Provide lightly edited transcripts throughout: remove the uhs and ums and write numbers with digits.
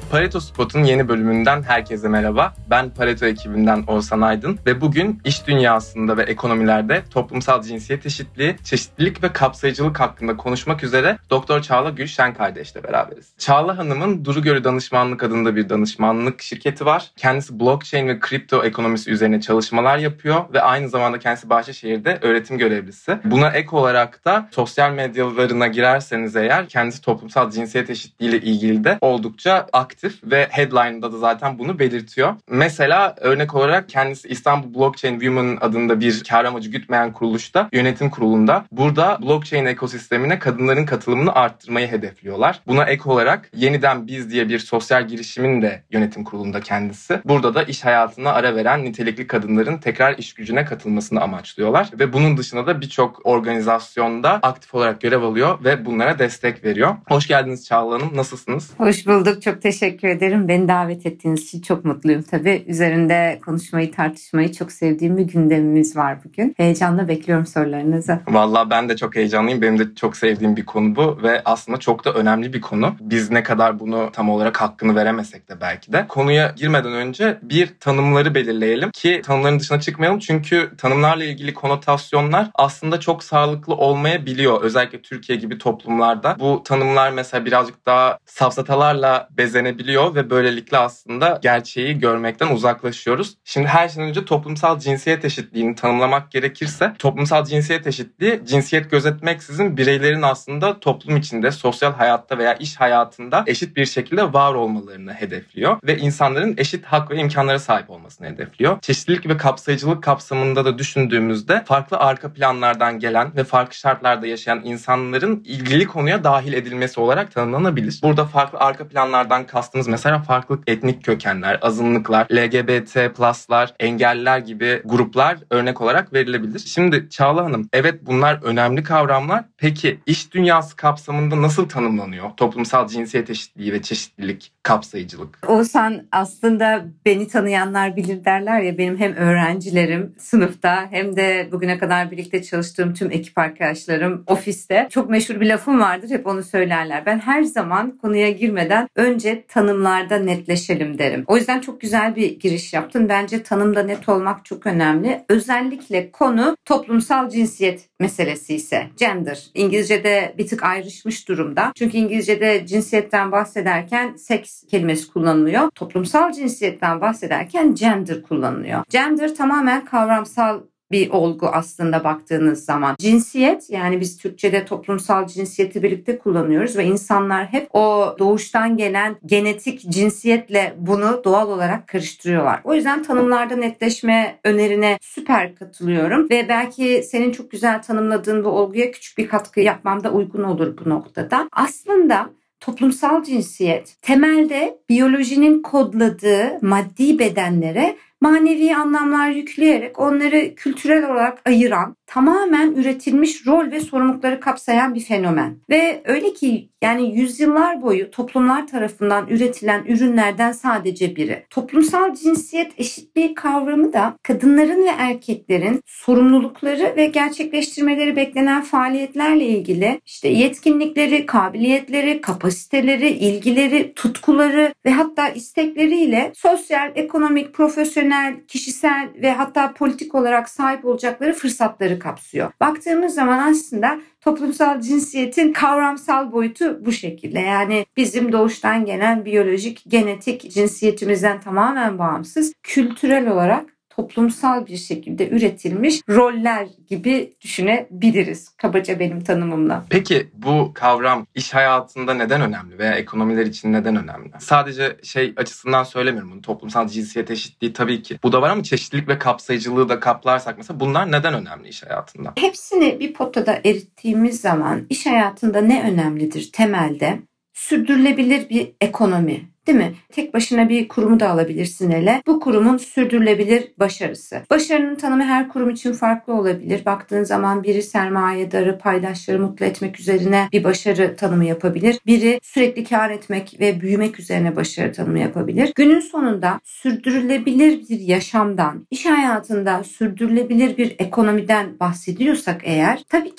Pareto Spot'un yeni bölümünden herkese merhaba. Ben Pareto ekibinden Oğuzhan Aydın ve bugün iş dünyasında ve ekonomilerde toplumsal cinsiyet eşitliği, çeşitlilik ve kapsayıcılık hakkında konuşmak üzere Dr. Çağla Gül Şenkardeş'le beraberiz. Çağla Hanım'ın Durugöre Danışmanlık adında bir danışmanlık şirketi var. Kendisi blockchain ve kripto ekonomisi üzerine çalışmalar yapıyor ve aynı zamanda kendisi Bahçeşehir'de öğretim görevlisi. Buna ek olarak da sosyal medyalarına girerseniz eğer kendisi toplumsal cinsiyet eşitliği ile ilgili de oldukça aktif ve headline'da da zaten bunu belirtiyor. Mesela örnek olarak kendisi İstanbul Blockchain Women adında bir kar amacı gütmeyen kuruluşta yönetim kurulunda. Burada blockchain ekosistemine kadınların katılımını arttırmayı hedefliyorlar. Buna ek olarak Yeniden Biz diye bir sosyal girişimin de yönetim kurulunda kendisi. Burada da iş hayatına ara veren nitelikli kadınların tekrar iş gücüne katılmasını amaçlıyorlar. Ve bunun dışında da birçok organizasyonda aktif olarak görev alıyor ve bunlara destek veriyor. Hoş geldiniz Çağla Hanım. Nasılsınız? Hoş bulduk. Çok teşekkür ederim. Beni davet ettiğiniz için çok mutluyum tabii. Üzerinde konuşmayı, tartışmayı çok sevdiğim bir gündemimiz var bugün. Heyecanla bekliyorum sorularınızı. Vallahi ben de çok heyecanlıyım. Benim de çok sevdiğim bir konu bu ve aslında çok da önemli bir konu. Biz ne kadar bunu tam olarak hakkını veremesek de belki de. Konuya girmeden önce bir tanımları belirleyelim ki tanımların dışına çıkmayalım. Çünkü tanımlarla ilgili konotasyonlar aslında çok sağlıklı olmayabiliyor. Özellikle Türkiye gibi toplumlarda. Bu tanımlar mesela birazcık daha safsatalarla bezenebiliyor ve böylelikle aslında gerçeği görmekten uzaklaşıyoruz. Şimdi her şeyden önce toplumsal cinsiyet eşitliğini tanımlamak gerekirse toplumsal cinsiyet eşitliği cinsiyet gözetmeksizin bireylerin aslında toplum içinde, sosyal hayatta veya iş hayatında eşit bir şekilde var olmalarını hedefliyor ve insanların eşit hak ve imkanlara sahip olmasını hedefliyor. Çeşitlilik ve kapsayıcılık kapsamında da düşündüğümüzde farklı arka planlardan gelen ve farklı şartlarda yaşayan insanların ilgili konuya dahil edilmesi olarak tanımlanabilir. Burada farklı arka planlardan kastımız mesela farklı etnik kökenler, azınlıklar, LGBT+'lar, engelliler gibi gruplar örnek olarak verilebilir. Şimdi Çağla Hanım, evet bunlar önemli kavramlar. Peki iş dünyası kapsamında nasıl tanımlanıyor toplumsal cinsiyet eşitliği ve çeşitlilik, kapsayıcılık? Oğuzhan, aslında beni tanıyanlar bilir derler ya, benim hem öğrencilerim sınıfta hem de bugüne kadar birlikte çalıştığım tüm ekip arkadaşlarım ofiste çok meşhur bir lafım vardır, hep onu söylerler. Ben her zaman konuya girmeden önce tanımlarda netleşelim derim. O yüzden çok güzel bir giriş yaptın. Bence tanımda net olmak çok önemli. Özellikle konu toplumsal cinsiyet meselesi ise gender. İngilizce'de bir tık ayrışmış durumda. Çünkü İngilizce'de cinsiyetten bahsederken seks kelimesi kullanılıyor. Toplumsal cinsiyetten bahsederken gender kullanılıyor. Gender tamamen kavramsal bir olgu aslında baktığınız zaman. Cinsiyet, yani biz Türkçe'de toplumsal cinsiyeti birlikte kullanıyoruz ve insanlar hep o doğuştan gelen genetik cinsiyetle bunu doğal olarak karıştırıyorlar. O yüzden tanımlarda netleşme önerine süper katılıyorum ve belki senin çok güzel tanımladığın bu olguya küçük bir katkı yapmam da uygun olur bu noktada. Aslında toplumsal cinsiyet temelde biyolojinin kodladığı maddi bedenlere manevi anlamlar yükleyerek onları kültürel olarak ayıran, tamamen üretilmiş rol ve sorumlulukları kapsayan bir fenomen. Ve öyle ki yani yüzyıllar boyu toplumlar tarafından üretilen ürünlerden sadece biri. Toplumsal cinsiyet eşitliği kavramı da kadınların ve erkeklerin sorumlulukları ve gerçekleştirmeleri beklenen faaliyetlerle ilgili işte yetkinlikleri, kabiliyetleri, kapasiteleri, ilgileri, tutkuları ve hatta istekleriyle sosyal, ekonomik, profesyonel, kişisel ve hatta politik olarak sahip olacakları fırsatları kapsıyor. Baktığımız zaman aslında toplumsal cinsiyetin kavramsal boyutu bu şekilde. Yani bizim doğuştan gelen biyolojik, genetik cinsiyetimizden tamamen bağımsız, kültürel olarak toplumsal bir şekilde üretilmiş roller gibi düşünebiliriz. Kabaca benim tanımımla. Peki bu kavram iş hayatında neden önemli veya ekonomiler için neden önemli? Sadece açısından söylemiyorum bunu. Toplumsal cinsiyet eşitliği tabii ki. Bu da var ama çeşitlilik ve kapsayıcılığı da kaplarsak mesela bunlar neden önemli iş hayatında? Hepsini bir potada erittiğimiz zaman iş hayatında ne önemlidir temelde? Sürdürülebilir bir ekonomi. Değil mi? Tek başına bir kurumu da alabilirsin hele. Bu kurumun sürdürülebilir başarısı. Başarının tanımı her kurum için farklı olabilir. Baktığın zaman biri sermayedarı, paydaşları mutlu etmek üzerine bir başarı tanımı yapabilir. Biri sürekli kar etmek ve büyümek üzerine başarı tanımı yapabilir. Günün sonunda sürdürülebilir bir yaşamdan, iş hayatında sürdürülebilir bir ekonomiden bahsediyorsak eğer, tabii ki de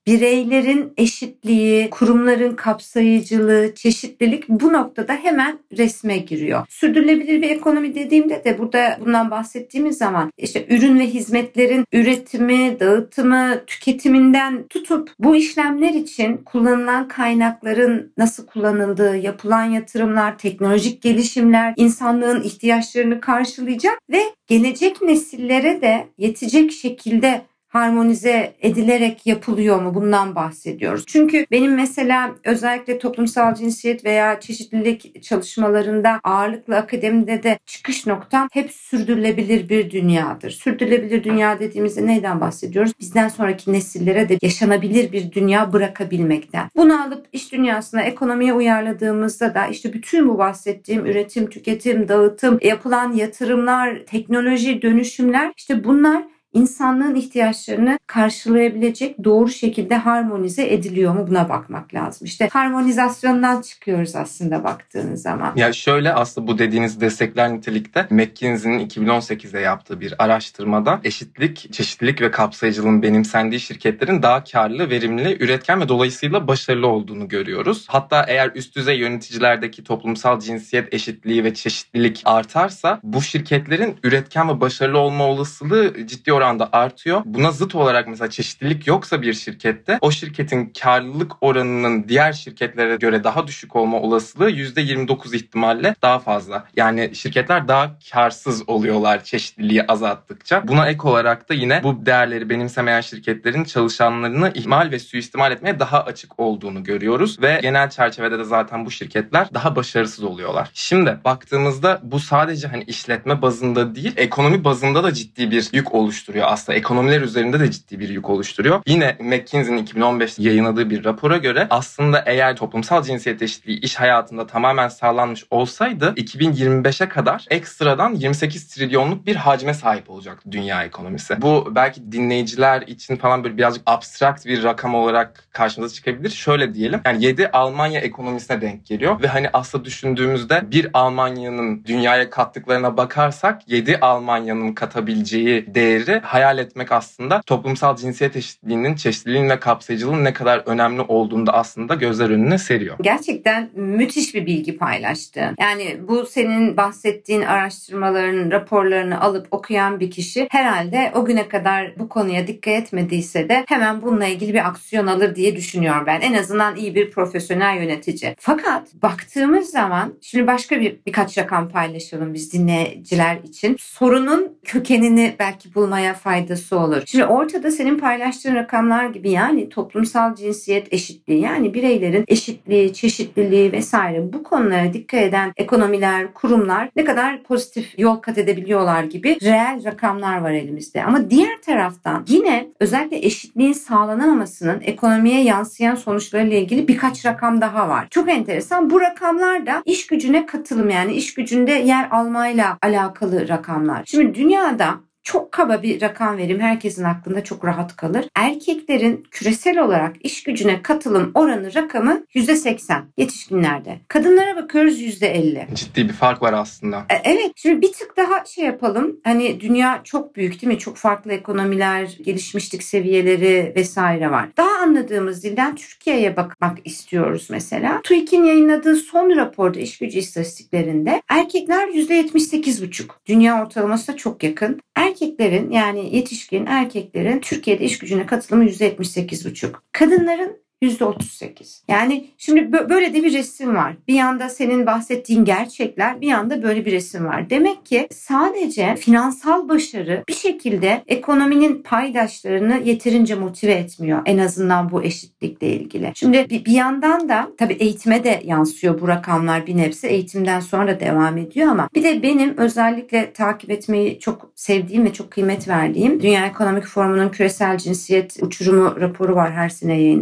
bireylerin eşitliği, kurumların kapsayıcılığı, çeşitlilik bu noktada hemen resme giriyor. Sürdürülebilir bir ekonomi dediğimde de burada bundan bahsettiğimiz zaman işte ürün ve hizmetlerin üretimi, dağıtımı, tüketiminden tutup bu işlemler için kullanılan kaynakların nasıl kullanıldığı, yapılan yatırımlar, teknolojik gelişimler insanlığın ihtiyaçlarını karşılayacak ve gelecek nesillere de yetecek şekilde harmonize edilerek yapılıyor mu? Bundan bahsediyoruz. Çünkü benim mesela özellikle toplumsal cinsiyet veya çeşitlilik çalışmalarında ağırlıklı akademide de çıkış noktam hep sürdürülebilir bir dünyadır. Sürdürülebilir dünya dediğimizde neyden bahsediyoruz? Bizden sonraki nesillere de yaşanabilir bir dünya bırakabilmekten. Bunu alıp iş dünyasına, ekonomiye uyarladığımızda da işte bütün bu bahsettiğim üretim, tüketim, dağıtım, yapılan yatırımlar, teknoloji, dönüşümler işte bunlar İnsanlığın ihtiyaçlarını karşılayabilecek doğru şekilde harmonize ediliyor mu buna bakmak lazım. İşte harmonizasyondan çıkıyoruz aslında baktığınız zaman. Ya şöyle aslında bu dediğiniz destekler nitelikte McKinsey'nin 2018'de yaptığı bir araştırmada eşitlik, çeşitlilik ve kapsayıcılığın benimsendiği şirketlerin daha karlı, verimli, üretken ve dolayısıyla başarılı olduğunu görüyoruz. Hatta eğer üst düzey yöneticilerdeki toplumsal cinsiyet eşitliği ve çeşitlilik artarsa bu şirketlerin üretken ve başarılı olma olasılığı ciddi oranda artıyor. Buna zıt olarak mesela çeşitlilik yoksa bir şirkette o şirketin karlılık oranının diğer şirketlere göre daha düşük olma olasılığı %29 ihtimalle daha fazla. Yani şirketler daha karsız oluyorlar çeşitliliği azalttıkça. Buna ek olarak da yine bu değerleri benimsemeyen şirketlerin çalışanlarını ihmal ve suistimal etmeye daha açık olduğunu görüyoruz ve genel çerçevede de zaten bu şirketler daha başarısız oluyorlar. Şimdi baktığımızda bu sadece hani işletme bazında değil, ekonomi bazında da ciddi bir yük oluşturuyor. Aslında ekonomiler üzerinde de ciddi bir yük oluşturuyor. Yine McKinsey'nin 2015'te yayınladığı bir rapora göre aslında eğer toplumsal cinsiyet eşitliği iş hayatında tamamen sağlanmış olsaydı 2025'e kadar ekstradan 28 trilyonluk bir hacme sahip olacaktı dünya ekonomisi. Bu belki dinleyiciler için falan böyle birazcık abstrakt bir rakam olarak karşımıza çıkabilir. Şöyle diyelim, yani 7 Almanya ekonomisine denk geliyor ve hani aslında düşündüğümüzde bir Almanya'nın dünyaya kattıklarına bakarsak 7 Almanya'nın katabileceği değeri hayal etmek aslında toplumsal cinsiyet eşitliğinin, çeşitliliğin ve kapsayıcılığın ne kadar önemli olduğunu da aslında gözler önüne seriyor. Gerçekten müthiş bir bilgi paylaştın. Yani bu senin bahsettiğin araştırmaların raporlarını alıp okuyan bir kişi herhalde o güne kadar bu konuya dikkat etmediyse de hemen bununla ilgili bir aksiyon alır diye düşünüyorum ben. En azından iyi bir profesyonel yönetici. Fakat baktığımız zaman şimdi başka birkaç rakam paylaşalım biz dinleyiciler için. Sorunun kökenini belki bulmaya faydası olur. Şimdi ortada senin paylaştığın rakamlar gibi yani toplumsal cinsiyet eşitliği yani bireylerin eşitliği, çeşitliliği vesaire bu konulara dikkat eden ekonomiler, kurumlar ne kadar pozitif yol kat edebiliyorlar gibi reel rakamlar var elimizde. Ama diğer taraftan yine özellikle eşitliğin sağlanamamasının ekonomiye yansıyan sonuçlarıyla ilgili birkaç rakam daha var. Çok enteresan. Bu rakamlar da iş gücüne katılım yani iş gücünde yer almayla alakalı rakamlar. Şimdi dünyada çok kaba bir rakam vereyim. Herkesin aklında çok rahat kalır. Erkeklerin küresel olarak iş gücüne katılım oranı rakamı %80 yetişkinlerde. Kadınlara bakıyoruz %50. Ciddi bir fark var aslında. Evet. Şimdi bir tık daha yapalım. Hani dünya çok büyük değil mi? Çok farklı ekonomiler, gelişmişlik seviyeleri vesaire var. Daha anladığımız dilden Türkiye'ye bakmak istiyoruz mesela. TÜİK'in yayınladığı son raporda iş gücü istatistiklerinde erkekler %78,5. Dünya ortalamasına çok yakın. Erkeklerin yani yetişkin erkeklerin Türkiye'de iş gücüne katılımı %78,5. Kadınların %38. Yani şimdi böyle de bir resim var. Bir yanda senin bahsettiğin gerçekler, bir yanda böyle bir resim var. Demek ki sadece finansal başarı bir şekilde ekonominin paydaşlarını yeterince motive etmiyor. En azından bu eşitlikle ilgili. Şimdi bir yandan da tabii eğitime de yansıyor bu rakamlar bir nebze. Eğitimden sonra devam ediyor ama bir de benim özellikle takip etmeyi çok sevdiğim ve çok kıymet verdiğim Dünya Ekonomik Forumu'nun küresel cinsiyet uçurumu raporu var her sene yayınlanan.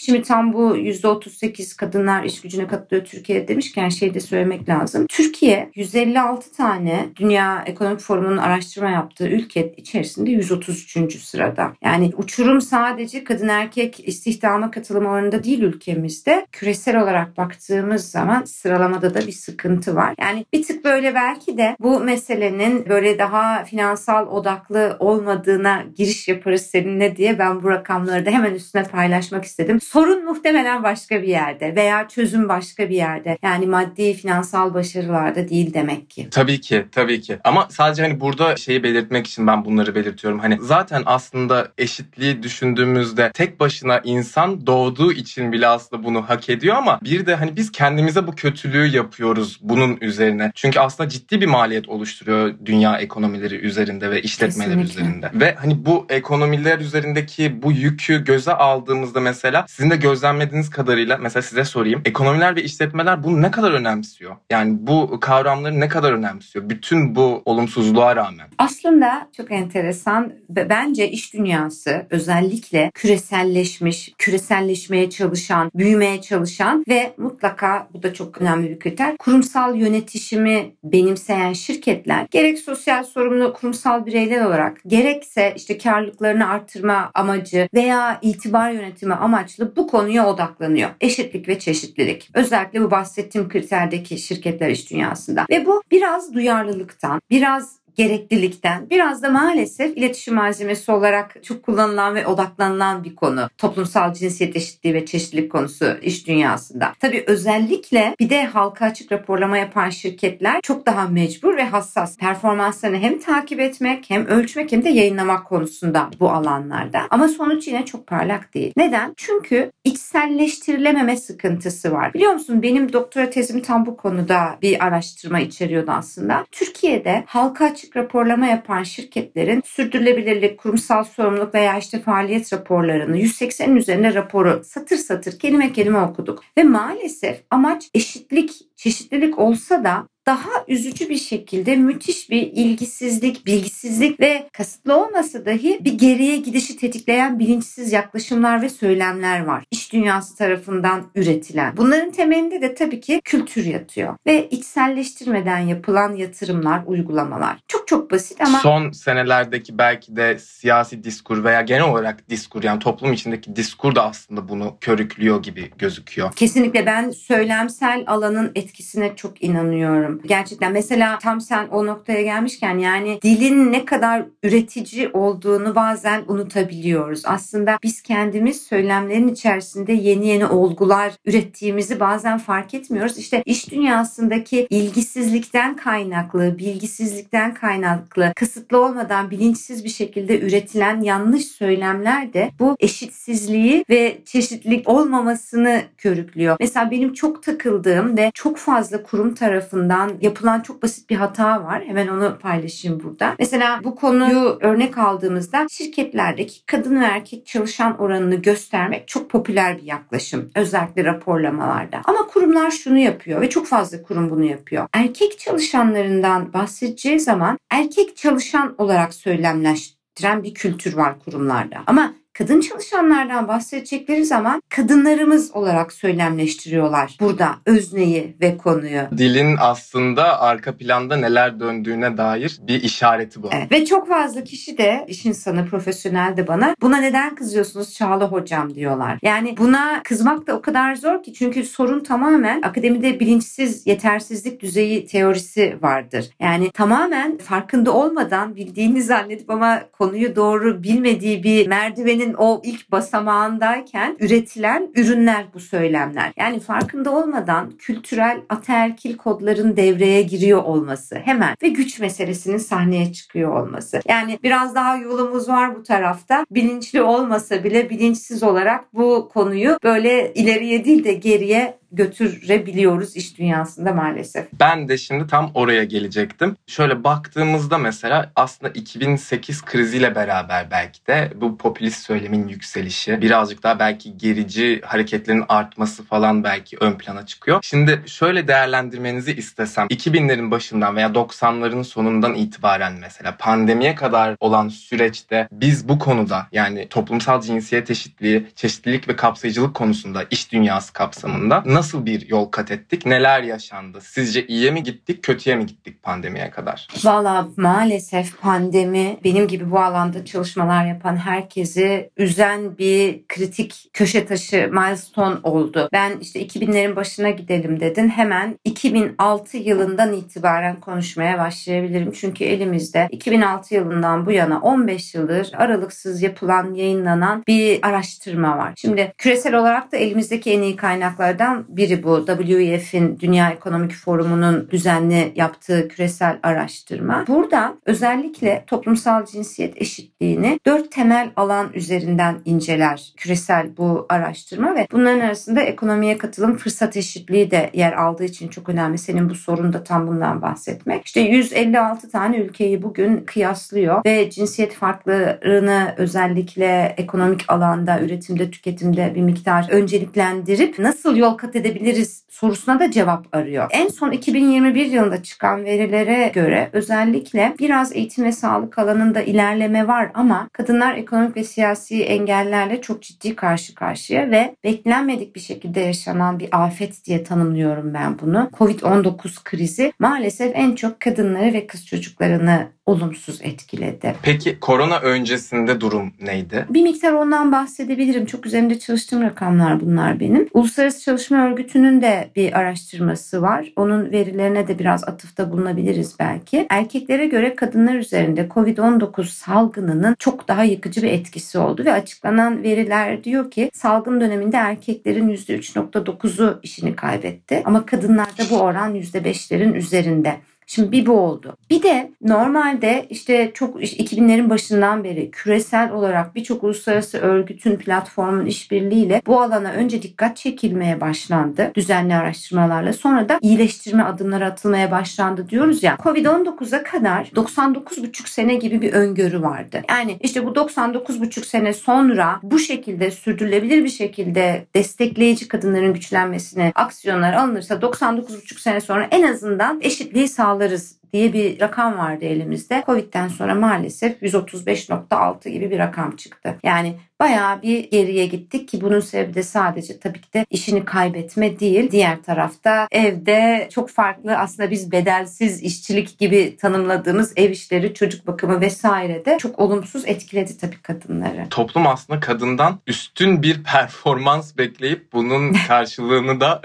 Şimdi tam bu %38 kadınlar iş gücüne katılıyor Türkiye'de demişken şey de söylemek lazım. Türkiye 156 tane Dünya Ekonomik Forumu'nun araştırma yaptığı ülke içerisinde 133. sırada. Yani uçurum sadece kadın erkek istihdama katılım oranında değil ülkemizde. Küresel olarak baktığımız zaman sıralamada da bir sıkıntı var. Yani bir tık böyle belki de bu meselenin böyle daha finansal odaklı olmadığına giriş yaparız seninle diye ben bu rakamları da hemen üstüne paylaşmak istedim. Sorun muhtemelen başka bir yerde veya çözüm başka bir yerde. Yani maddi finansal başarılarda değil demek ki. Tabii ki. Ama sadece hani burada şeyi belirtmek için ben bunları belirtiyorum. Hani zaten aslında eşitliği düşündüğümüzde tek başına insan doğduğu için bile aslında bunu hak ediyor ama bir de hani biz kendimize bu kötülüğü yapıyoruz bunun üzerine. Çünkü aslında ciddi bir maliyet oluşturuyor dünya ekonomileri üzerinde ve işletmeler üzerinde. Ve hani bu ekonomiler üzerindeki bu yükü göze aldığımızda mesela sizin de gözlemlediğiniz kadarıyla mesela size sorayım. Ekonomiler ve işletmeler bunu ne kadar önemsiyor? Yani bu kavramları ne kadar önemsiyor? Bütün bu olumsuzluğa rağmen. Aslında çok enteresan. Bence iş dünyası özellikle küreselleşmiş, küreselleşmeye çalışan, büyümeye çalışan ve mutlaka bu da çok önemli bir kriter. Kurumsal yönetişimi benimseyen şirketler gerek sosyal sorumlu kurumsal bireyler olarak gerekse işte karlılıklarını artırma amacı veya itibar yönetimi amaçlı bu konuya odaklanıyor. Eşitlik ve çeşitlilik. Özellikle bu bahsettiğim kriterdeki şirketler iş dünyasında. Ve bu biraz duyarlılıktan, biraz gereklilikten, biraz da maalesef iletişim malzemesi olarak çok kullanılan ve odaklanılan bir konu. Toplumsal cinsiyet eşitliği ve çeşitlilik konusu iş dünyasında. Tabii özellikle bir de halka açık raporlama yapan şirketler çok daha mecbur ve hassas. Performanslarını hem takip etmek, hem ölçmek hem de yayınlamak konusunda bu alanlarda. Ama sonuç yine çok parlak değil. Neden? Çünkü içselleştirilememe sıkıntısı var. Biliyor musun benim doktora tezim tam bu konuda bir araştırma içeriyordu aslında. Türkiye'de halka açık raporlama yapan şirketlerin sürdürülebilirlik, kurumsal sorumluluk veya işte faaliyet raporlarını 180'in üzerinde raporu satır satır kelime kelime okuduk. Ve maalesef amaç eşitlik, çeşitlilik olsa da daha üzücü bir şekilde müthiş bir ilgisizlik, bilgisizlik ve kasıtlı olmasa dahi bir geriye gidişi tetikleyen bilinçsiz yaklaşımlar ve söylemler var. İş dünyası tarafından üretilen. Bunların temelinde de tabii ki kültür yatıyor. Ve içselleştirmeden yapılan yatırımlar, uygulamalar. Çok çok basit ama... Son senelerdeki belki de siyasi diskur veya genel olarak diskur yani toplum içindeki diskur da aslında bunu körüklüyor gibi gözüküyor. Kesinlikle ben söylemsel alanın etkisine çok inanıyorum. Gerçekten mesela tam sen o noktaya gelmişken yani dilin ne kadar üretici olduğunu bazen unutabiliyoruz. Aslında biz kendimiz söylemlerin içerisinde yeni yeni olgular ürettiğimizi bazen fark etmiyoruz. İşte iş dünyasındaki ilgisizlikten kaynaklı, bilgisizlikten kaynaklı, kısıtlı olmadan bilinçsiz bir şekilde üretilen yanlış söylemler de bu eşitsizliği ve çeşitlilik olmamasını körüklüyor. Mesela benim çok takıldığım ve çok fazla kurum tarafından yapılan çok basit bir hata var. Hemen onu paylaşayım burada. Mesela bu konuyu örnek aldığımızda şirketlerdeki kadın ve erkek çalışan oranını göstermek çok popüler bir yaklaşım. Özellikle raporlamalarda. Ama kurumlar şunu yapıyor ve çok fazla kurum bunu yapıyor. Erkek çalışanlarından bahsedeceği zaman erkek çalışan olarak söylemleştiren bir kültür var kurumlarda. Ama kadın çalışanlardan bahsedecekleri zaman kadınlarımız olarak söylemleştiriyorlar burada özneyi ve konuyu. Dilin aslında arka planda neler döndüğüne dair bir işareti bu. Evet. Ve çok fazla kişi de iş insanı, profesyonel de buna neden kızıyorsunuz Çağla hocam diyorlar. Yani buna kızmak da o kadar zor ki çünkü sorun tamamen akademide bilinçsiz yetersizlik düzeyi teorisi vardır. Yani tamamen farkında olmadan bildiğini zannedip ama konuyu doğru bilmediği bir merdivenin o ilk basamağındayken üretilen ürünler bu söylemler. Yani farkında olmadan kültürel ataerkil kodların devreye giriyor olması hemen ve güç meselesinin sahneye çıkıyor olması. Yani biraz daha yolumuz var bu tarafta. Bilinçli olmasa bile bilinçsiz olarak bu konuyu böyle ileriye değil de geriye götürebiliyoruz iş dünyasında maalesef. Ben de şimdi tam oraya gelecektim. Şöyle baktığımızda mesela aslında 2008 kriziyle beraber belki de bu popülist söylemin yükselişi, birazcık daha belki gerici hareketlerin artması falan belki ön plana çıkıyor. Şimdi şöyle değerlendirmenizi istesem 2000'lerin başından veya 90'ların sonundan itibaren mesela pandemiye kadar olan süreçte biz bu konuda yani toplumsal cinsiyet eşitliği, çeşitlilik ve kapsayıcılık konusunda iş dünyası kapsamında nasıl bir yol kat ettik? Neler yaşandı? Sizce iyiye mi gittik, kötüye mi gittik pandemiye kadar? Valla maalesef pandemi benim gibi bu alanda çalışmalar yapan herkesi üzen bir kritik köşe taşı milestone oldu. Ben işte 2000'lerin başına gidelim dedin. Hemen 2006 yılından itibaren konuşmaya başlayabilirim. Çünkü elimizde 2006 yılından bu yana 15 yıldır aralıksız yapılan, yayınlanan bir araştırma var. Şimdi küresel olarak da elimizdeki en iyi kaynaklardan biri bu. WEF'in Dünya Ekonomik Forumu'nun düzenli yaptığı küresel araştırma. Burada özellikle toplumsal cinsiyet eşitliğini 4 temel alan üzerinden inceler küresel bu araştırma ve bunların arasında ekonomiye katılım, fırsat eşitliği de yer aldığı için çok önemli. Senin bu sorunda tam bundan bahsetmek. İşte 156 tane ülkeyi bugün kıyaslıyor ve cinsiyet farklarını özellikle ekonomik alanda, üretimde, tüketimde bir miktar önceliklendirip nasıl yol kat edebiliriz sorusuna da cevap arıyor. En son 2021 yılında çıkan verilere göre özellikle biraz eğitim ve sağlık alanında ilerleme var ama kadınlar ekonomik ve siyasi engellerle çok ciddi karşı karşıya ve beklenmedik bir şekilde yaşanan bir afet diye tanımlıyorum ben bunu. Covid-19 krizi maalesef en çok kadınları ve kız çocuklarını olumsuz etkiledi. Peki korona öncesinde durum neydi? Bir miktar ondan bahsedebilirim. Çok üzerinde çalıştığım rakamlar bunlar benim. Uluslararası Çalışma Örgütü'nün de bir araştırması var. Onun verilerine de biraz atıfta bulunabiliriz belki. Erkeklere göre kadınlar üzerinde Covid-19 salgınının çok daha yıkıcı bir etkisi oldu ve açıklanan veriler diyor ki salgın döneminde erkeklerin %3.9'u işini kaybetti. Ama kadınlarda bu oran %5'lerin üzerinde. Şimdi bir bu oldu. Bir de normalde işte çok 2000'lerin başından beri küresel olarak birçok uluslararası örgütün, platformun işbirliğiyle bu alana önce dikkat çekilmeye başlandı. Düzenli araştırmalarla. Sonra da iyileştirme adımları atılmaya başlandı diyoruz ya. Covid-19'a kadar 99,5 sene gibi bir öngörü vardı. Yani işte bu 99,5 sene sonra bu şekilde sürdürülebilir bir şekilde destekleyici kadınların güçlenmesine aksiyonlar alınırsa 99,5 sene sonra en azından eşitliği sağlanır diye bir rakam vardı elimizde. Covid'den sonra maalesef 135.6 gibi bir rakam çıktı. Yani bayağı bir geriye gittik ki bunun sebebi de sadece tabii ki de işini kaybetme değil. Diğer tarafta evde çok farklı aslında biz bedelsiz işçilik gibi tanımladığımız ev işleri, çocuk bakımı vesaire de çok olumsuz etkiledi tabii kadınları. Toplum aslında kadından üstün bir performans bekleyip bunun karşılığını da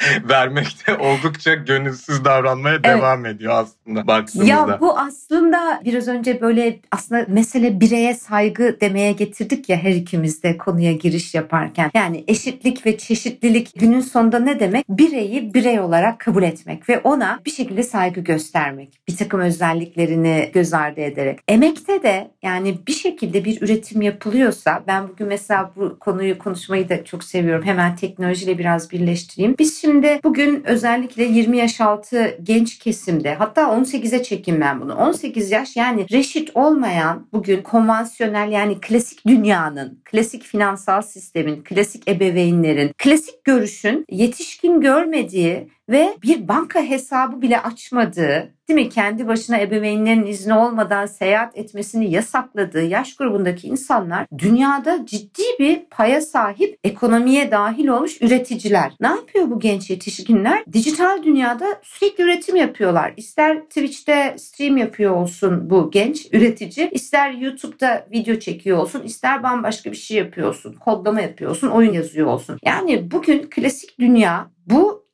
vermekte oldukça gönülsüz davranmaya devam ediyor aslında baktığımızda. Ya bu aslında biraz önce böyle aslında mesele bireye saygı demeye getirdik ya her ikimiz de konuya giriş yaparken. Yani eşitlik ve çeşitlilik günün sonunda ne demek? Bireyi birey olarak kabul etmek ve ona bir şekilde saygı göstermek. Bir takım özelliklerini göz ardı ederek. Emekte de yani bir şekilde bir üretim yapılıyorsa ben bugün mesela bu konuyu konuşmayı da çok seviyorum. Hemen teknolojiyle biraz birleştireyim. Biz şimdi bugün özellikle 20 yaş altı genç kesimde hatta 18'e çekeyim ben bunu. 18 yaş yani reşit olmayan bugün konvansiyonel yani klasik dünyanın, klasik finansal sistemin, klasik ebeveynlerin, klasik görüşün yetişkin görmediği ve bir banka hesabı bile açmadığı, değil mi? Kendi başına ebeveynlerin izni olmadan seyahat etmesini yasakladığı yaş grubundaki insanlar dünyada ciddi bir paya sahip ekonomiye dahil olmuş üreticiler. Ne yapıyor bu genç yetişkinler? Dijital dünyada sürekli üretim yapıyorlar. İster Twitch'te stream yapıyor olsun bu genç üretici, ister YouTube'da video çekiyor olsun, ister bambaşka bir şey yapıyor olsun, kodlama yapıyor olsun, oyun yazıyor olsun. Yani bugün klasik dünya bu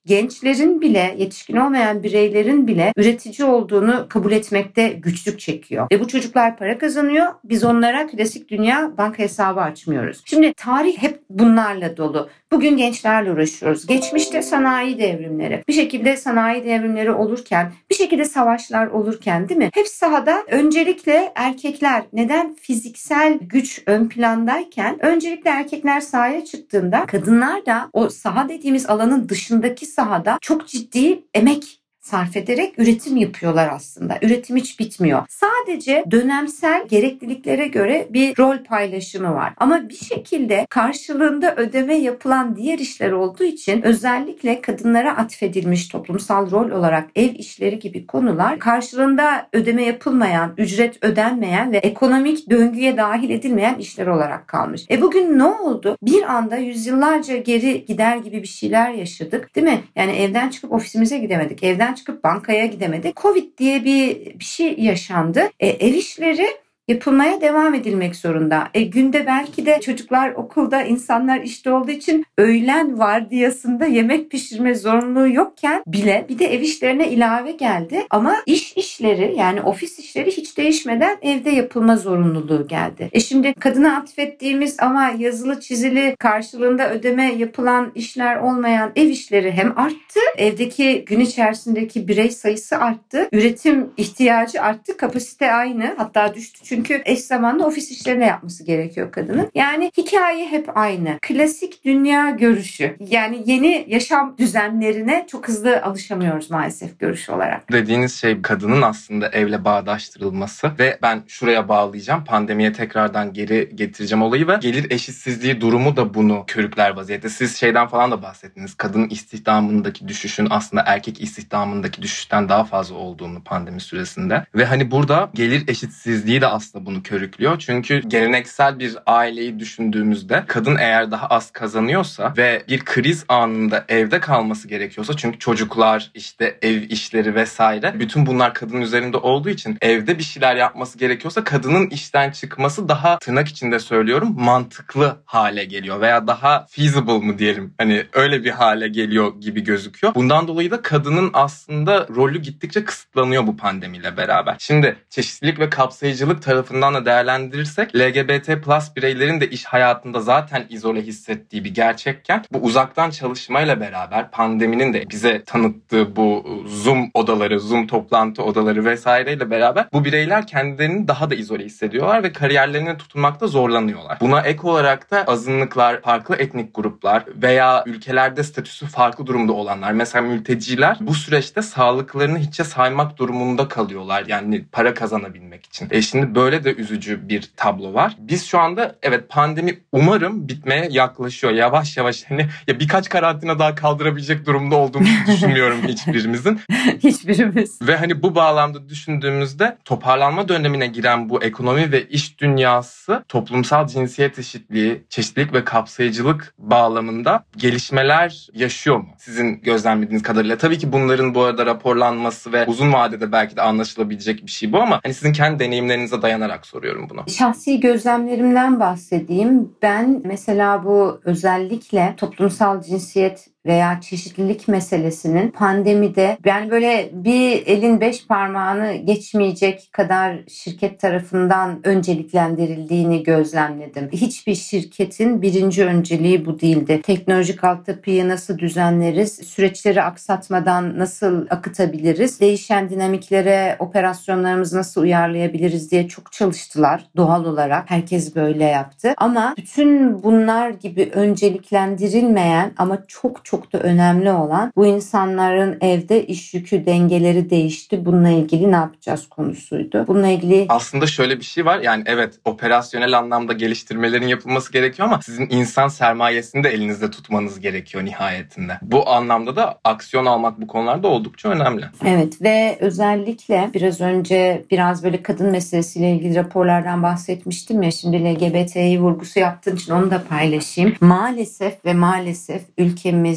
gençlerin bile, yetişkin olmayan bireylerin bile üretici olduğunu kabul etmekte güçlük çekiyor. Ve bu çocuklar para kazanıyor. Biz onlara klasik dünya banka hesabı açmıyoruz. Şimdi tarih hep bunlarla dolu. Bugün gençlerle uğraşıyoruz. Geçmişte sanayi devrimleri. Bir şekilde sanayi devrimleri olurken, bir şekilde savaşlar olurken, değil mi? Hep sahada öncelikle erkekler, neden fiziksel güç ön plandayken öncelikle erkekler sahaya çıktığında kadınlar da o saha dediğimiz alanın dışındaki sahada çok ciddi emek sarf ederek üretim yapıyorlar aslında. Üretim hiç bitmiyor. Sadece dönemsel gerekliliklere göre bir rol paylaşımı var. Ama bir şekilde karşılığında ödeme yapılan diğer işler olduğu için özellikle kadınlara atfedilmiş toplumsal rol olarak ev işleri gibi konular karşılığında ödeme yapılmayan, ücret ödenmeyen ve ekonomik döngüye dahil edilmeyen işler olarak kalmış. Bugün ne oldu? Bir anda yüzyıllarca geri gider gibi bir şeyler yaşadık, değil mi? Yani evden çıkıp ofisimize gidemedik. Evden çıkıp bankaya gidemedik. Covid diye bir şey yaşandı. Ev işleri yapılmaya devam edilmek zorunda. Günde belki de çocuklar okulda, insanlar işte olduğu için öğlen vardiyasında yemek pişirme zorunluluğu yokken bile bir de ev işlerine ilave geldi. Ama iş işleri, yani ofis işleri hiç değişmeden evde yapılma zorunluluğu geldi. Şimdi kadına atfettiğimiz ama yazılı çizili karşılığında ödeme yapılan işler olmayan ev işleri hem arttı, evdeki gün içerisindeki birey sayısı arttı, üretim ihtiyacı arttı, kapasite aynı, hatta düştü. Çünkü eş zamanlı ofis işlerini yapması gerekiyor kadının. Yani hikaye hep aynı. Klasik dünya görüşü. Yani yeni yaşam düzenlerine çok hızlı alışamıyoruz maalesef görüş olarak. Dediğiniz şey kadının aslında evle bağdaştırılması ve ben şuraya bağlayacağım. Pandemiye tekrardan geri getireceğim olayı ve gelir eşitsizliği durumu da bunu körükler vaziyette. Siz şeyden falan da bahsettiniz. Kadın istihdamındaki düşüşün aslında erkek istihdamındaki düşüşten daha fazla olduğunu pandemi süresinde. Ve hani burada gelir eşitsizliği de aslında bunu körüklüyor. Çünkü geleneksel bir aileyi düşündüğümüzde kadın eğer daha az kazanıyorsa ve bir kriz anında evde kalması gerekiyorsa, çünkü çocuklar, işte ev işleri vesaire, bütün bunlar kadının üzerinde olduğu için evde bir şeyler yapması gerekiyorsa kadının işten çıkması daha, tırnak içinde söylüyorum, mantıklı hale geliyor veya daha feasible mı diyelim, hani öyle bir hale geliyor gibi gözüküyor. Bundan dolayı da kadının aslında rolü gittikçe kısıtlanıyor bu pandemiyle beraber. Şimdi çeşitlilik ve kapsayıcılık tarafından da değerlendirirsek LGBT plus bireylerin de iş hayatında zaten izole hissettiği bir gerçekken bu uzaktan çalışmayla beraber pandeminin de bize tanıttığı bu Zoom odaları, Zoom toplantı odaları vesaireyle beraber bu bireyler kendilerini daha da izole hissediyorlar ve kariyerlerine tutunmakta zorlanıyorlar. Buna ek olarak da azınlıklar, farklı etnik gruplar veya ülkelerde statüsü farklı durumda olanlar, mesela mülteciler bu süreçte sağlıklarını hiçe saymak durumunda kalıyorlar. Yani para kazanabilmek için. Şimdi böyle de üzücü bir tablo var. Biz şu anda evet pandemi umarım bitmeye yaklaşıyor. Yavaş yavaş hani ya birkaç karantina daha kaldırabilecek durumda olduğumuzu düşünmüyorum hiçbirimizin. Hiçbirimiz. Ve hani bu bağlamda düşündüğümüzde toparlanma dönemine giren bu ekonomi ve iş dünyası toplumsal cinsiyet eşitliği, çeşitlilik ve kapsayıcılık bağlamında gelişmeler yaşıyor mu? Sizin gözlemlediğiniz kadarıyla. Tabii ki bunların bu arada raporlanması ve uzun vadede belki de anlaşılabilecek bir şey bu ama hani sizin kendi deneyimlerinize dayanarak soruyorum bunu. Şahsi gözlemlerimden bahsedeyim. Ben mesela bu özellikle toplumsal cinsiyet veya çeşitlilik meselesinin pandemide, yani böyle bir elin 5 parmağını geçmeyecek kadar şirket tarafından önceliklendirildiğini gözlemledim. Hiçbir şirketin birinci önceliği bu değildi. Teknolojik altyapıyı nasıl düzenleriz, süreçleri aksatmadan nasıl akıtabiliriz, değişen dinamiklere operasyonlarımızı nasıl uyarlayabiliriz diye çok çalıştılar doğal olarak. Herkes böyle yaptı. Ama bütün bunlar gibi önceliklendirilmeyen ama çok da önemli olan, bu insanların evde iş yükü dengeleri değişti. Bununla ilgili ne yapacağız konusuydu. Bununla ilgili aslında şöyle bir şey var. Yani evet, operasyonel anlamda geliştirmelerin yapılması gerekiyor ama sizin insan sermayesini de elinizde tutmanız gerekiyor nihayetinde. Bu anlamda da aksiyon almak bu konularda oldukça önemli. Evet ve özellikle biraz önce biraz böyle kadın meselesiyle ilgili raporlardan bahsetmiştim ya, şimdi LGBT'yi vurgusu yaptığın için onu da paylaşayım. Maalesef ülkemiz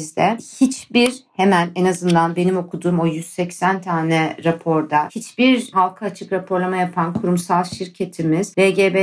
ülkemizde hiçbir, hemen en azından benim okuduğum o 180 tane raporda hiçbir halka açık raporlama yapan kurumsal şirketimiz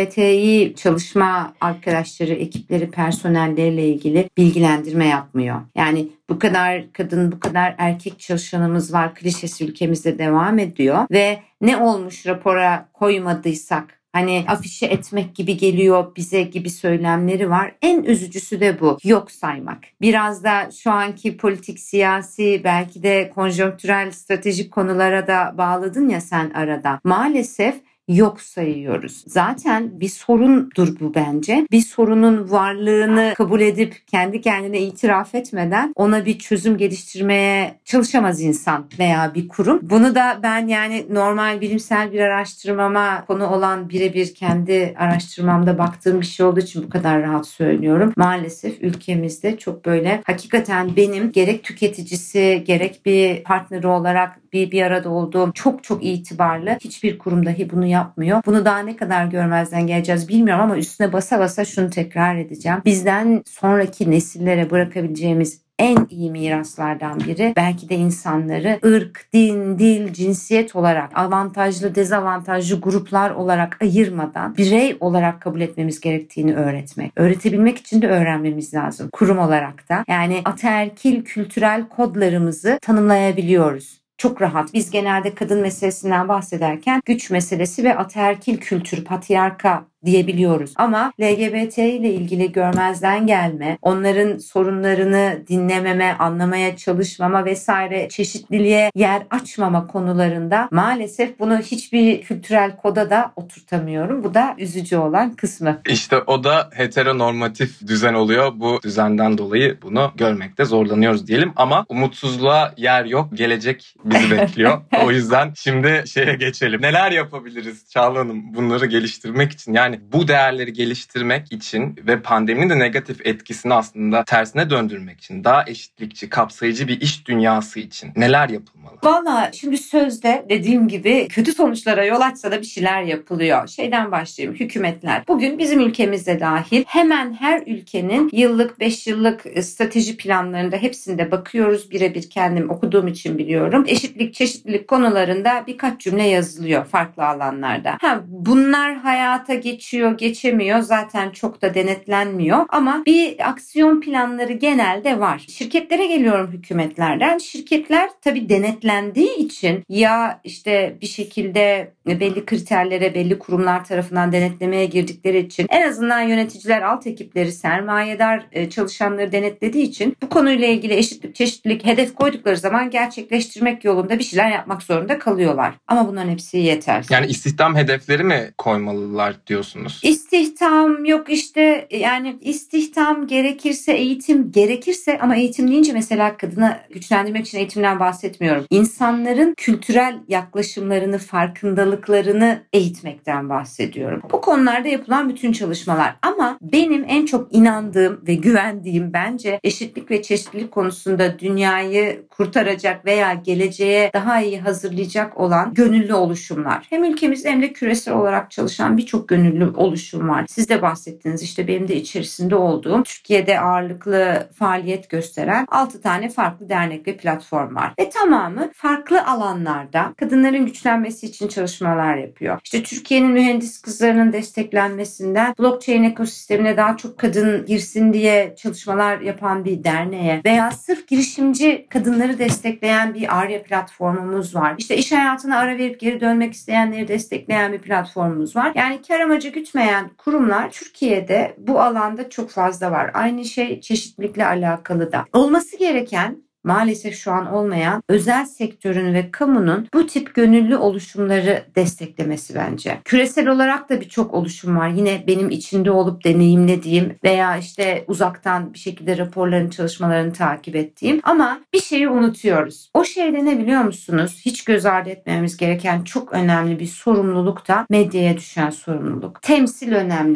LGBTİ çalışma arkadaşları, ekipleri, personelleriyle ilgili bilgilendirme yapmıyor. Yani bu kadar kadın, bu kadar erkek çalışanımız var klişesi ülkemizde devam ediyor ve ne olmuş rapora koymadıysak, hani afişe etmek gibi geliyor bize gibi söylemleri var. En üzücüsü de bu. Yok saymak. Biraz da şu anki politik, siyasi, belki de konjonktürel, stratejik konulara da bağladın ya sen arada. Maalesef yok sayıyoruz. Zaten bir sorundur bu bence. Bir sorunun varlığını kabul edip kendi kendine itiraf etmeden ona bir çözüm geliştirmeye çalışamaz insan veya bir kurum. Bunu da ben yani normal bilimsel bir araştırmama konu olan birebir kendi araştırmamda baktığım bir şey olduğu için bu kadar rahat söylüyorum. Maalesef ülkemizde çok böyle hakikaten benim gerek tüketicisi gerek bir partneri olarak bir arada olduğum çok itibarlı hiçbir kurum dahi bunu yapmıyor. Bunu daha ne kadar görmezden geleceğiz bilmiyorum ama üstüne basa basa şunu tekrar edeceğim. Bizden sonraki nesillere bırakabileceğimiz en iyi miraslardan biri belki de insanları ırk, din, dil, cinsiyet olarak avantajlı, dezavantajlı gruplar olarak ayırmadan birey olarak kabul etmemiz gerektiğini öğretmek. Öğretebilmek için de öğrenmemiz lazım. Kurum olarak da. Yani ataerkil kültürel kodlarımızı tanımlayabiliyoruz. Çok rahat. Biz genelde kadın meselesinden bahsederken güç meselesi ve ataerkil kültür, patriarka diyebiliyoruz. Ama LGBT ile ilgili görmezden gelme, onların sorunlarını dinlememe, anlamaya çalışmama vesaire çeşitliliğe yer açmama konularında maalesef bunu hiçbir kültürel koda da oturtamıyorum. Bu da üzücü olan kısmı. İşte o da heteronormatif düzen oluyor. Bu düzenden dolayı bunu görmekte zorlanıyoruz diyelim ama umutsuzluğa yer yok. Gelecek bizi bekliyor. O yüzden şimdi şeye geçelim. Neler yapabiliriz Çağla Hanım bunları geliştirmek için? Yani bu değerleri geliştirmek için ve pandeminin de negatif etkisini aslında tersine döndürmek için daha eşitlikçi, kapsayıcı bir iş dünyası için neler yapılmalı? Valla şimdi sözde dediğim gibi kötü sonuçlara yol açsa da bir şeyler yapılıyor. Şeyden başlayayım, hükümetler. Bugün bizim ülkemizde dahil hemen her ülkenin yıllık, 5 yıllık strateji planlarında hepsinde bakıyoruz. Birebir kendim okuduğum için biliyorum. Eşitlik, çeşitlilik konularında birkaç cümle yazılıyor farklı alanlarda. Bunlar hayata geçemiyor. Zaten çok da denetlenmiyor. Ama bir aksiyon planları genelde var. Şirketlere geliyorum hükümetlerden. Şirketler tabii denetlendiği için ya işte bir şekilde belli kriterlere, belli kurumlar tarafından denetlemeye girdikleri için en azından yöneticiler, alt ekipleri, sermayedar çalışanları denetlediği için bu konuyla ilgili eşitlik, çeşitlilik hedef koydukları zaman gerçekleştirmek yolunda bir şeyler yapmak zorunda kalıyorlar. Ama bunların hepsi yetersiz. Yani istihdam hedefleri mi koymalılar diyorsunuz? İstihdam yok işte yani istihdam gerekirse, eğitim gerekirse ama eğitim deyince mesela kadını güçlendirmek için eğitimden bahsetmiyorum. İnsanların kültürel yaklaşımlarını, farkındalıklarını eğitmekten bahsediyorum. Bu konularda yapılan bütün çalışmalar ama benim en çok inandığım ve güvendiğim bence eşitlik ve çeşitlilik konusunda dünyayı kurtaracak veya geleceğe daha iyi hazırlayacak olan gönüllü oluşumlar. Hem ülkemizde hem de küresel olarak çalışan birçok gönüllü oluşum var. Siz de bahsettiniz işte benim de içerisinde olduğum Türkiye'de ağırlıklı faaliyet gösteren 6 tane farklı dernek ve platform var. Ve tamamı farklı alanlarda kadınların güçlenmesi için çalışmalar yapıyor. İşte Türkiye'nin mühendis kızlarının desteklenmesinden blockchain ekosistemine daha çok kadın girsin diye çalışmalar yapan bir derneğe veya sırf girişimci kadınları destekleyen bir Arya platformumuz var. İşte iş hayatına ara verip geri dönmek isteyenleri destekleyen bir platformumuz var. Yani kar amacı gütmeyen kurumlar Türkiye'de bu alanda çok fazla var. Aynı şey çeşitlilikle alakalı da. Olması gereken maalesef şu an olmayan özel sektörün ve kamunun bu tip gönüllü oluşumları desteklemesi bence. Küresel olarak da birçok oluşum var. Yine benim içinde olup deneyimlediğim veya işte uzaktan bir şekilde raporların, çalışmalarını takip ettiğim ama bir şeyi unutuyoruz. O şey de ne biliyor musunuz? Hiç göz ardı etmememiz gereken çok önemli bir sorumluluk da medyaya düşen sorumluluk. Temsil önemlidir.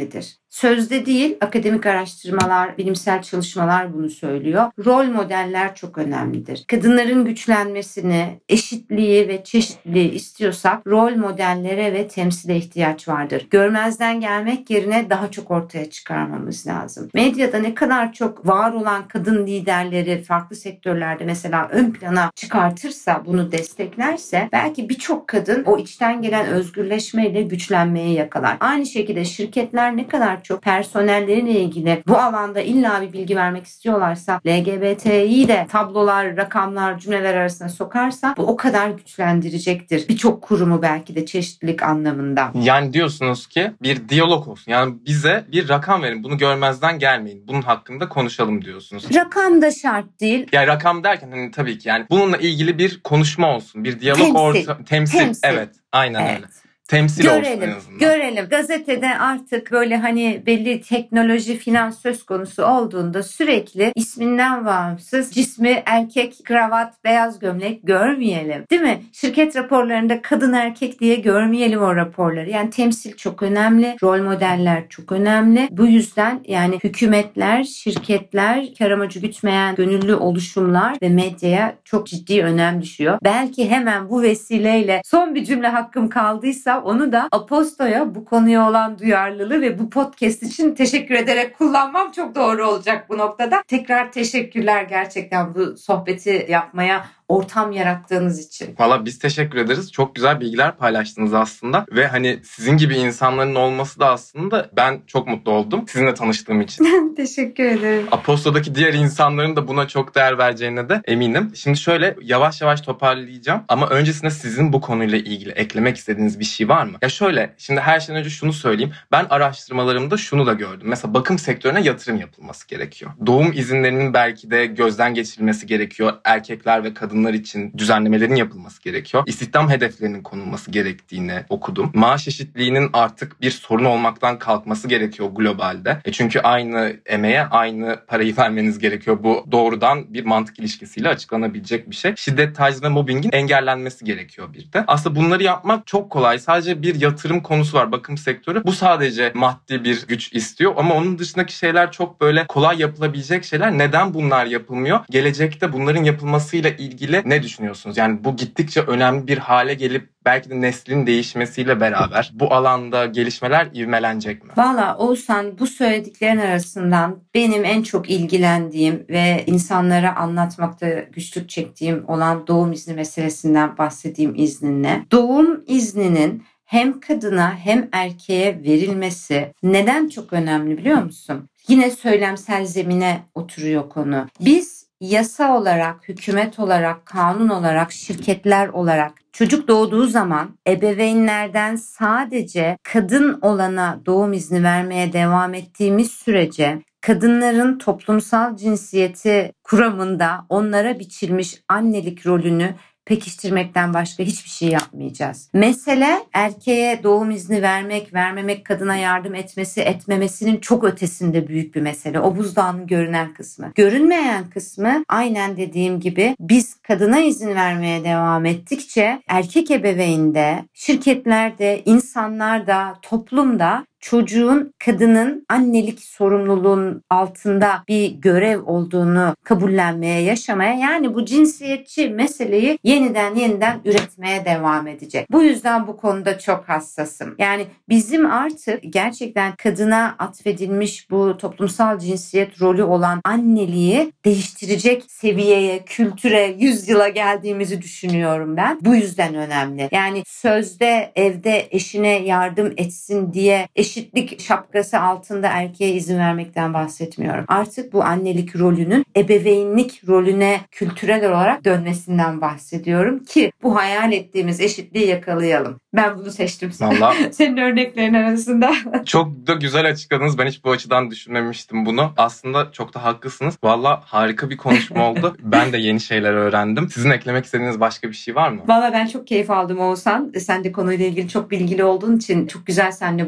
Sözde değil, akademik araştırmalar, bilimsel çalışmalar bunu söylüyor. Rol modeller çok önemlidir. Kadınların güçlenmesini, eşitliği ve çeşitliliği istiyorsak rol modellere ve temsile ihtiyaç vardır. Görmezden gelmek yerine daha çok ortaya çıkarmamız lazım. Medyada ne kadar çok var olan kadın liderleri farklı sektörlerde mesela ön plana çıkartırsa, bunu desteklerse belki birçok kadın o içten gelen özgürleşmeyle güçlenmeye yakalar. Aynı şekilde şirketler ne kadar çok personelleriyle ilgili bu alanda illa bir bilgi vermek istiyorlarsa, LGBT'yi de tablolar, rakamlar, cümleler arasına sokarsa bu o kadar güçlendirecektir. Birçok kurumu belki de çeşitlilik anlamında. Yani diyorsunuz ki bir diyalog olsun. Yani bize bir rakam verin. Bunu görmezden gelmeyin. Bunun hakkında konuşalım diyorsunuz. Rakam da şart değil. Yani rakam derken hani tabii ki yani bununla ilgili bir konuşma olsun. Bir diyalog temsil. Evet. Aynen öyle. Temsil olsun en azından. Görelim. Gazetede artık böyle hani belli teknoloji, finans söz konusu olduğunda sürekli isminden bağımsız cismi erkek, kravat, beyaz gömlek görmeyelim. Değil mi? Şirket raporlarında kadın erkek diye görmeyelim o raporları. Yani temsil çok önemli. Rol modeller çok önemli. Bu yüzden yani hükümetler, şirketler, kar amacı gütmeyen gönüllü oluşumlar ve medyaya çok ciddi önem düşüyor. Belki hemen bu vesileyle son bir cümle hakkım kaldıysa onu da Aposto'ya bu konuya olan duyarlılığı ve bu podcast için teşekkür ederek kullanmam çok doğru olacak bu noktada. Tekrar teşekkürler gerçekten bu sohbeti yapmaya ortam yarattığınız için. Valla biz teşekkür ederiz. Çok güzel bilgiler paylaştınız aslında. Ve hani sizin gibi insanların olması da aslında ben çok mutlu oldum. Sizinle tanıştığım için. Teşekkür ederim. Aposto'daki diğer insanların da buna çok değer vereceğine de eminim. Şimdi şöyle yavaş yavaş toparlayacağım. Ama öncesinde sizin bu konuyla ilgili eklemek istediğiniz bir şey var mı? Ya şöyle, şimdi her şeyden önce şunu söyleyeyim. Ben araştırmalarımda şunu da gördüm. Mesela bakım sektörüne yatırım yapılması gerekiyor. Doğum izinlerinin belki de gözden geçirilmesi gerekiyor. Erkekler ve kadınlar için düzenlemelerin yapılması gerekiyor. İstihdam hedeflerinin konulması gerektiğini okudum. Maaş eşitliğinin artık bir sorun olmaktan kalkması gerekiyor globalde. Çünkü aynı emeğe aynı parayı vermeniz gerekiyor. Bu doğrudan bir mantık ilişkisiyle açıklanabilecek bir şey. Şiddet, taciz ve mobbingin engellenmesi gerekiyor bir de. Aslında bunları yapmak çok kolay. Sadece bir yatırım konusu var bakım sektörü. Bu sadece maddi bir güç istiyor ama onun dışındaki şeyler çok böyle kolay yapılabilecek şeyler. Neden bunlar yapılmıyor? Gelecekte bunların yapılmasıyla ilgili ne düşünüyorsunuz? Yani bu gittikçe önemli bir hale gelip belki de neslin değişmesiyle beraber bu alanda gelişmeler ivmelenecek mi? Valla Oğuzhan, bu söylediklerin arasından benim en çok ilgilendiğim ve insanlara anlatmakta güçlük çektiğim olan doğum izni meselesinden bahsedeyim izninle. Doğum izninin hem kadına hem erkeğe verilmesi neden çok önemli biliyor musun? Yine söylemsel zemine oturuyor konu. Biz yasa olarak, hükümet olarak, kanun olarak, şirketler olarak çocuk doğduğu zaman ebeveynlerden sadece kadın olana doğum izni vermeye devam ettiğimiz sürece kadınların toplumsal cinsiyeti kuramında onlara biçilmiş annelik rolünü pekiştirmekten başka hiçbir şey yapmayacağız. Mesele erkeğe doğum izni vermek, vermemek, kadına yardım etmesi, etmemesinin çok ötesinde büyük bir mesele. O buzdağının görünen kısmı. Görünmeyen kısmı aynen dediğim gibi biz kadına izin vermeye devam ettikçe erkek ebeveynde, şirketlerde, insanlarda, toplumda çocuğun kadının annelik sorumluluğunun altında bir görev olduğunu kabullenmeye, yaşamaya, yani bu cinsiyetçi meseleyi yeniden üretmeye devam edecek. Bu yüzden bu konuda çok hassasım. Yani bizim artık gerçekten kadına atfedilmiş bu toplumsal cinsiyet rolü olan anneliği değiştirecek seviyeye, kültüre, yüzyıla geldiğimizi düşünüyorum ben. Bu yüzden önemli. Yani sözde evde eşine yardım etsin diye eşitlik şapkası altında erkeğe izin vermekten bahsetmiyorum. Artık bu annelik rolünün ebeveynlik rolüne kültürel olarak dönmesinden bahsediyorum ki bu hayal ettiğimiz eşitliği yakalayalım. Ben bunu seçtim. Vallahi senin örneklerin arasında. Çok da güzel açıkladınız. Ben hiç bu açıdan düşünmemiştim bunu. Aslında çok da haklısınız. Vallahi harika bir konuşma oldu. Ben de yeni şeyler öğrendim. Sizin eklemek istediğiniz başka bir şey var mı? Vallahi ben çok keyif aldım Oğuzhan. Sen de konuyla ilgili çok bilgili olduğun için çok güzel seninle bunu konuşmak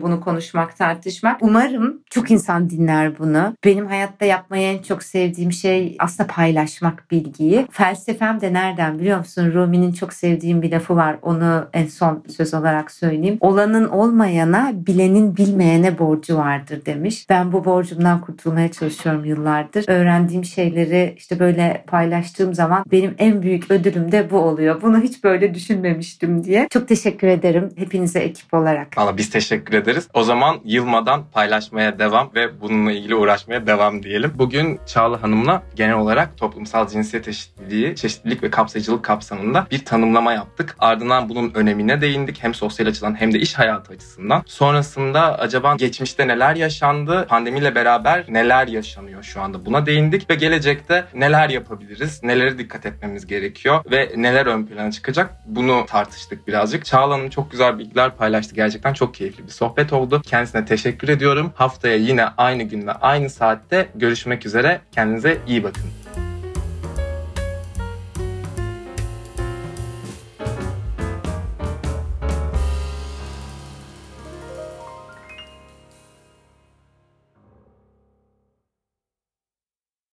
konuşmak, tartışmak. Umarım çok insan dinler bunu. Benim hayatta yapmayı en çok sevdiğim şey aslında paylaşmak bilgiyi. Felsefem de nereden biliyor musun? Rumi'nin çok sevdiğim bir lafı var. Onu en son söz olarak söyleyeyim. Olanın olmayana, bilenin bilmeyene borcu vardır demiş. Ben bu borcumdan kurtulmaya çalışıyorum yıllardır. Öğrendiğim şeyleri işte böyle paylaştığım zaman benim en büyük ödülüm de bu oluyor. Bunu hiç böyle düşünmemiştim diye. Çok teşekkür ederim hepinize ekip olarak. Valla biz teşekkür ederiz. O zaman yılmadan paylaşmaya devam ve bununla ilgili uğraşmaya devam diyelim. Bugün Çağla Hanım'la genel olarak toplumsal cinsiyet eşitliği, çeşitlilik ve kapsayıcılık kapsamında bir tanımlama yaptık. Ardından bunun önemine değindik. Hem sosyal açıdan hem de iş hayatı açısından. Sonrasında acaba geçmişte neler yaşandı, pandemiyle beraber neler yaşanıyor şu anda, buna değindik ve gelecekte neler yapabiliriz, nelere dikkat etmemiz gerekiyor ve neler ön plana çıkacak, bunu tartıştık birazcık. Çağla Hanım çok güzel bilgiler paylaştı. Gerçekten çok keyifli bir sohbet oldu. Kendisine teşekkür ediyorum. Haftaya yine aynı günde, aynı saatte görüşmek üzere. Kendinize iyi bakın.